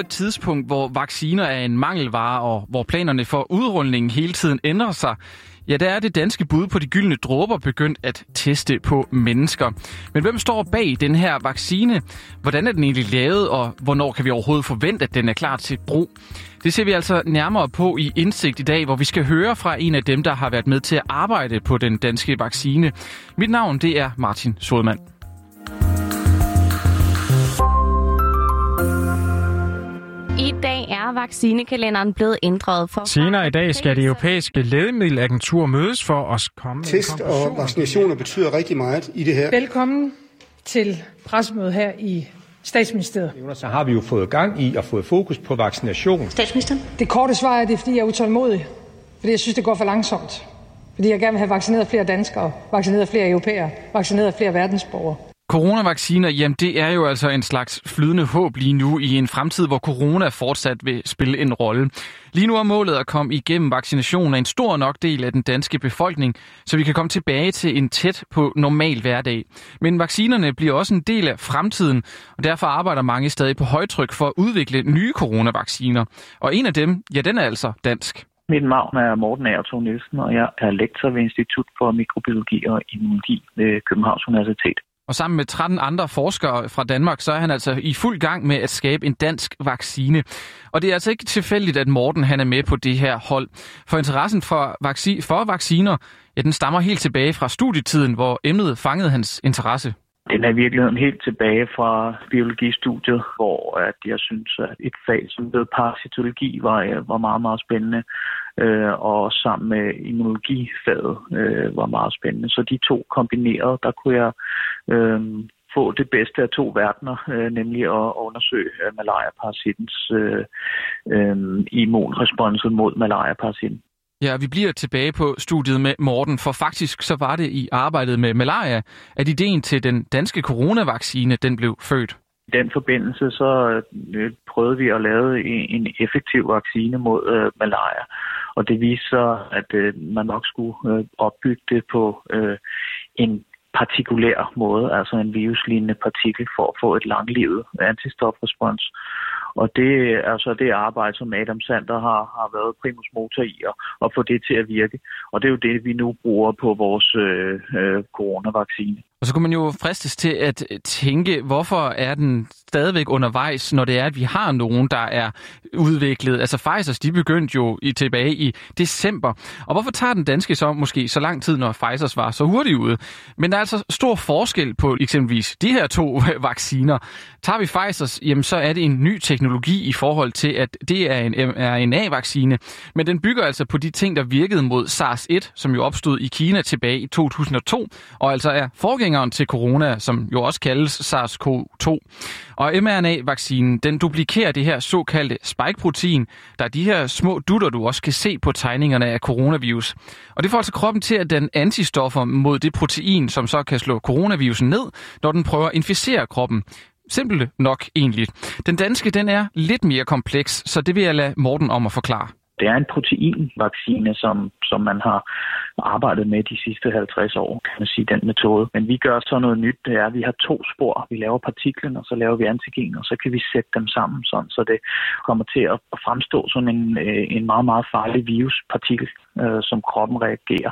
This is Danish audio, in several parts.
et tidspunkt, hvor vacciner er en mangelvare, og hvor planerne for udrulningen hele tiden ændrer sig, ja, der er det danske bud på de gyldne dråber begyndt at teste på mennesker. Men hvem står bag den her vaccine? Hvordan er den egentlig lavet, og hvornår kan vi overhovedet forvente, at den er klar til brug? Det ser vi altså nærmere på i Indsigt i dag, hvor vi skal høre fra en af dem, der har været med til at arbejde på den danske vaccine. Mit navn, det er Martin Sodemann. I dag er vaccinekalenderen blevet ændret for... Senere i dag skal det europæiske lægemiddelagentur mødes for at komme... Test og vaccinationer betyder rigtig meget i det her. Velkommen til pressemødet her i Statsministeriet. Så har vi jo fået gang i og fået fokus på vaccination. Statsministeren? Det korte svar er, det er, fordi jeg er utålmodig. Fordi jeg synes, det går for langsomt. Fordi jeg gerne vil have vaccineret flere danskere, vaccineret flere europæere, vaccineret flere verdensborgere. Coronavacciner, jamen det er jo altså en slags flydende håb lige nu i en fremtid, hvor corona fortsat vil spille en rolle. Lige nu er målet at komme igennem vaccination af en stor nok del af den danske befolkning, så vi kan komme tilbage til en tæt på normal hverdag. Men vaccinerne bliver også en del af fremtiden, og derfor arbejder mange stadig på højtryk for at udvikle nye coronavacciner. Og en af dem, ja, den er altså dansk. Mit navn er Morten Agertog Nielsen, og jeg er lektor ved Institut for Mikrobiologi og Immunologi ved Københavns Universitet. Og sammen med 13 andre forskere fra Danmark, så er han altså i fuld gang med at skabe en dansk vaccine. Og det er altså ikke tilfældigt, at Morten han er med på det her hold. For interessen for vacciner, ja, den stammer helt tilbage fra studietiden, hvor emnet fangede hans interesse. Den er i virkeligheden helt tilbage fra biologistudiet, hvor jeg synes, at et fag som parasitologi var meget, meget spændende. Og sammen med immunologifaget var meget spændende. Så de to kombineret, der kunne jeg få det bedste af to verdener, nemlig at undersøge malariaparasitens immunresponset mod malariaparasitten. Ja, vi bliver tilbage på studiet med Morten, for faktisk så var det i arbejdet med malaria, at ideen til den danske coronavaccine, den blev født. I den forbindelse så prøvede vi at lave en effektiv vaccine mod malaria, og det viste sig, at man nok skulle opbygge det på en partikulær måde, altså en viruslignende partikel, for at få et langlivet antistofrespons. Og det er så det arbejde, som Adam Sander har været primus motor i at få det til at virke. Og det er jo det, vi nu bruger på vores coronavaccine. Og så kunne man jo fristes til at tænke, hvorfor er den stadigvæk undervejs, når det er, at vi har nogen, der er udviklet. Altså Pfizers, de begyndte jo tilbage i december. Og hvorfor tager den danske så måske så lang tid, når Pfizers var så hurtigt ude? Men der er altså stor forskel på eksempelvis de her to vacciner. Tager vi Pfizers, jamen så er det en ny teknologi i forhold til, at det er en mRNA-vaccine. Men den bygger altså på de ting, der virkede mod SARS-1, som jo opstod i Kina tilbage i 2002, og altså er forgængeren til corona, som jo også kaldes SARS-CoV-2. Og mRNA-vaccinen, den duplikerer det her såkaldte spike-protein, der er de her små dutter, du også kan se på tegningerne af coronavirus. Og det får altså kroppen til at danne antistoffer mod det protein, som så kan slå coronavirusen ned, når den prøver at inficere kroppen. Simpelt nok egentlig. Den danske, den er lidt mere kompleks, så det vil jeg lade Morten om at forklare. Det er en proteinvaccine, som man har arbejdet med de sidste 50 år, kan man sige, den metode. Men vi gør så noget nyt, det er, at vi har 2 spor. Vi laver partiklen, og så laver vi antigen, og så kan vi sætte dem sammen, sådan, så det kommer til at fremstå som en meget, meget farlig viruspartikel, som kroppen reagerer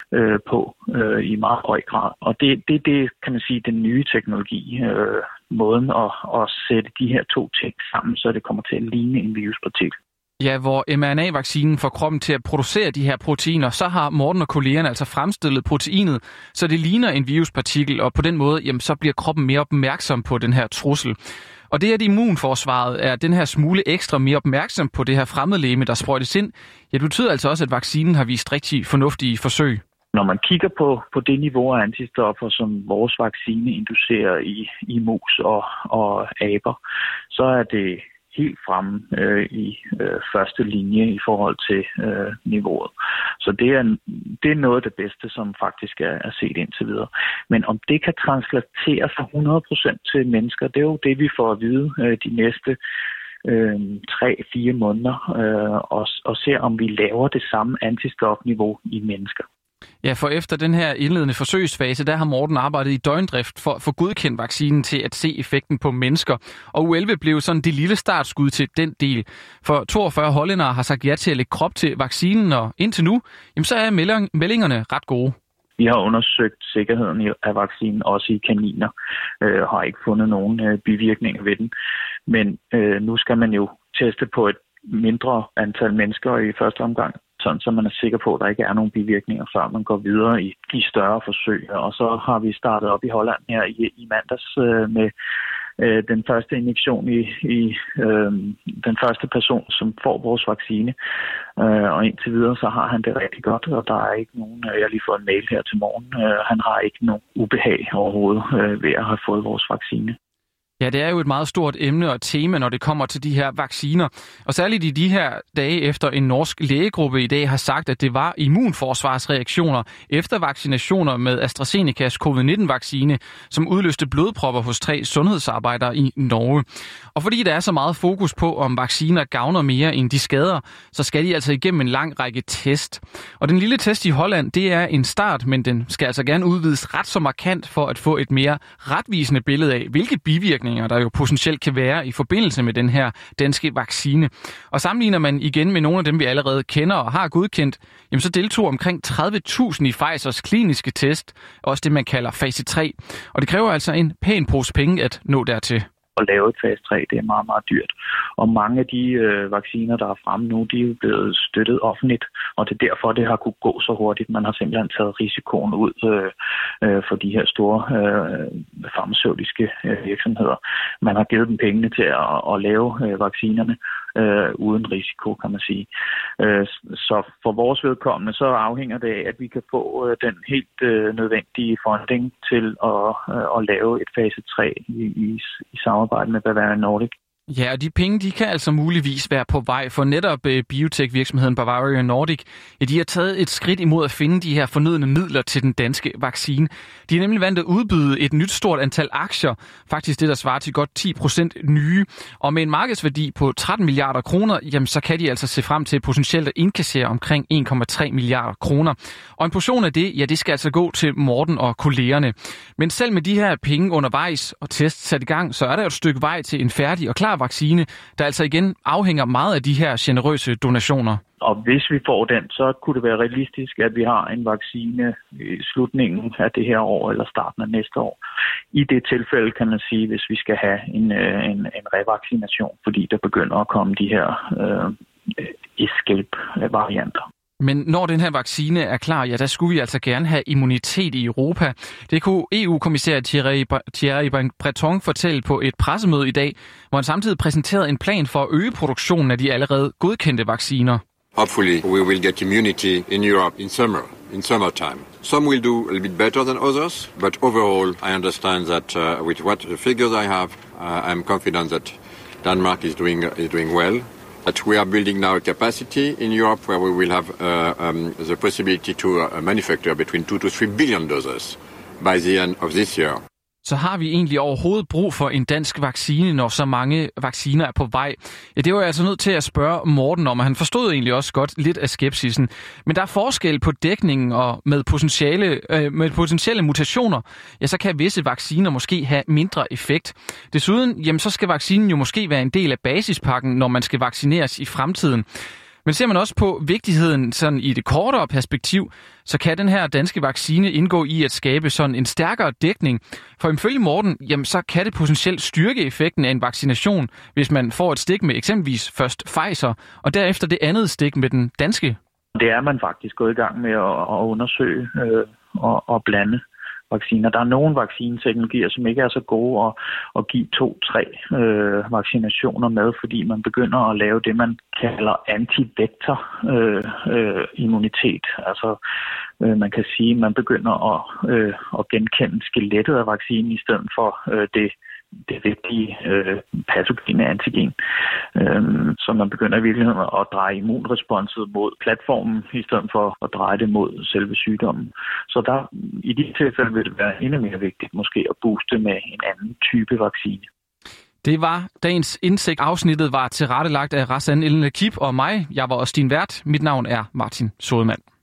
på i meget høj grad. Og det kan man sige, den nye teknologi, måden at sætte de her 2 ting sammen, så det kommer til at ligne en viruspartikel. Ja, hvor mRNA-vaccinen får kroppen til at producere de her proteiner, så har Morten og kollegerne altså fremstillet proteinet, så det ligner en viruspartikel, og på den måde, jamen, så bliver kroppen mere opmærksom på den her trussel. Og det, at immunforsvaret er den her smule ekstra mere opmærksom på det her fremmedlegeme, der sprøjtes ind, ja, det betyder altså også, at vaccinen har vist rigtig fornuftige forsøg. Når man kigger på det niveau af antistoffer, som vores vaccine inducerer i mus og aber, så er det helt fremme i første linje i forhold til niveauet. Så det er noget af det bedste, som faktisk er set indtil videre. Men om det kan translatere for 100% til mennesker, det er jo det, vi får at vide de næste 3-4 måneder, og ser, om vi laver det samme antistofniveau i mennesker. Ja, for efter den her indledende forsøgsfase, der har Morten arbejdet i døgndrift for at få godkendt vaccinen til at se effekten på mennesker. Og U11 blev sådan det lille startskud til den del. For 42 hollændere har sagt ja til at lægge krop til vaccinen, og indtil nu, jamen, så er meldingerne ret gode. Vi har undersøgt sikkerheden af vaccinen, også i kaniner, og har ikke fundet nogen bivirkninger ved den. Men nu skal man jo teste på et mindre antal mennesker i første omgang, sådan så man er sikker på, at der ikke er nogen bivirkninger, før man går videre i større forsøg. Og så har vi startet op i Holland her i mandags med den første injektion i den første person, som får vores vaccine. Og indtil videre, så har han det rigtig godt, og der er ikke nogen, jeg har lige fået en mail her til morgen, han har ikke nogen ubehag overhovedet ved at have fået vores vaccine. Ja, det er jo et meget stort emne og tema, når det kommer til de her vacciner. Og særligt i de her dage efter en norsk lægegruppe i dag har sagt, at det var immunforsvarsreaktioner efter vaccinationer med AstraZenecas COVID-19-vaccine, som udløste blodpropper hos 3 sundhedsarbejdere i Norge. Og fordi der er så meget fokus på, om vacciner gavner mere end de skader, så skal de altså igennem en lang række test. Og den lille test i Holland, det er en start, men den skal altså gerne udvides ret så markant for at få et mere retvisende billede af, hvilke bivirkninger der jo potentielt kan være i forbindelse med den her danske vaccine. Og sammenligner man igen med nogle af dem, vi allerede kender og har godkendt, jamen så deltog omkring 30.000 i Pfizers kliniske test, også det man kalder fase 3. Og det kræver altså en pæn pose penge at nå dertil. At lave et fase 3, det er meget, meget dyrt. Og mange af de vacciner, der er fremme nu, de er jo blevet støttet offentligt, og det er derfor, det har kunne gå så hurtigt. Man har simpelthen taget risikoen ud for de her store farmaceutiske virksomheder. Man har givet dem pengene til at lave vaccinerne uden risiko, kan man sige. Så for vores vedkommende, så afhænger det af, at vi kan få den helt nødvendige funding til at lave et fase 3 i samarbejde med Bavarian Nordic. Ja, og de penge, de kan altså muligvis være på vej, for netop biotech-virksomheden Bavarian Nordic. Ja, de har taget et skridt imod at finde de her fornødne midler til den danske vaccine. De er nemlig valgt at udbyde et nyt stort antal aktier, faktisk det, der svarer til godt 10% nye. Og med en markedsværdi på 13 milliarder kroner, jamen så kan de altså se frem til potentielt at indkassere omkring 1,3 milliarder kroner. Og en portion af det, ja, det skal altså gå til Morten og kollegerne. Men selv med de her penge undervejs og test sat i gang, så er der jo et stykke vej til en færdig og klar vaccine, der altså igen afhænger meget af de her generøse donationer. Og hvis vi får den, så kunne det være realistisk, at vi har en vaccine i slutningen af det her år eller starten af næste år. I det tilfælde kan man sige, hvis vi skal have en revaccination, fordi der begynder at komme de her escape-varianter. Men når den her vaccine er klar, ja, der skulle vi altså gerne have immunitet i Europa. Det kunne EU-kommissær Thierry Breton fortælle på et pressemøde i dag, hvor han samtidig præsenterede en plan for at øge produktionen af de allerede godkendte vacciner. Hopefully we will get immunity in Europe in summertime. Some will do a little bit better than others, but overall I understand that with what figures I have, I'm confident that Denmark is doing well. That we are building now a capacity in Europe where we will have the possibility to manufacture between 2 to 3 billion doses by the end of this year. Så har vi egentlig overhovedet brug for en dansk vaccine, når så mange vacciner er på vej? Ja, det var jeg altså nødt til at spørge Morten om, og han forstod egentlig også godt lidt af skepsisen. Men der er forskel på dækningen, og med potentielle mutationer, ja, så kan visse vacciner måske have mindre effekt. Desuden, jamen, så skal vaccinen jo måske være en del af basispakken, når man skal vaccineres i fremtiden. Men ser man også på vigtigheden sådan i det kortere perspektiv, så kan den her danske vaccine indgå i at skabe sådan en stærkere dækning. For ifølge Morten, jamen, så kan det potentielt styrke effekten af en vaccination, hvis man får et stik med eksempelvis først Pfizer, og derefter det andet stik med den danske. Det er man faktisk gået i gang med at undersøge og blande vacciner. Der er nogle vaccineteknologier, som ikke er så gode at give 2-3 vaccinationer med, fordi man begynder at lave det, man kalder antivektor immunitet. Altså man kan sige, at man begynder at genkende skelettet af vaccinen i stedet for det vigtige patogene antigen. Så man begynder i virkeligheden at dreje immunresponset mod platformen, i stedet for at dreje det mod selve sygdommen. Så i de tilfælde vil det være endnu mere vigtigt måske at booste med en anden type vaccine. Det var dagens indsigt. Afsnittet var tilrettelagt af Rassan El Nakib og mig. Jeg var også din vært. Mit navn er Martin Sodemann.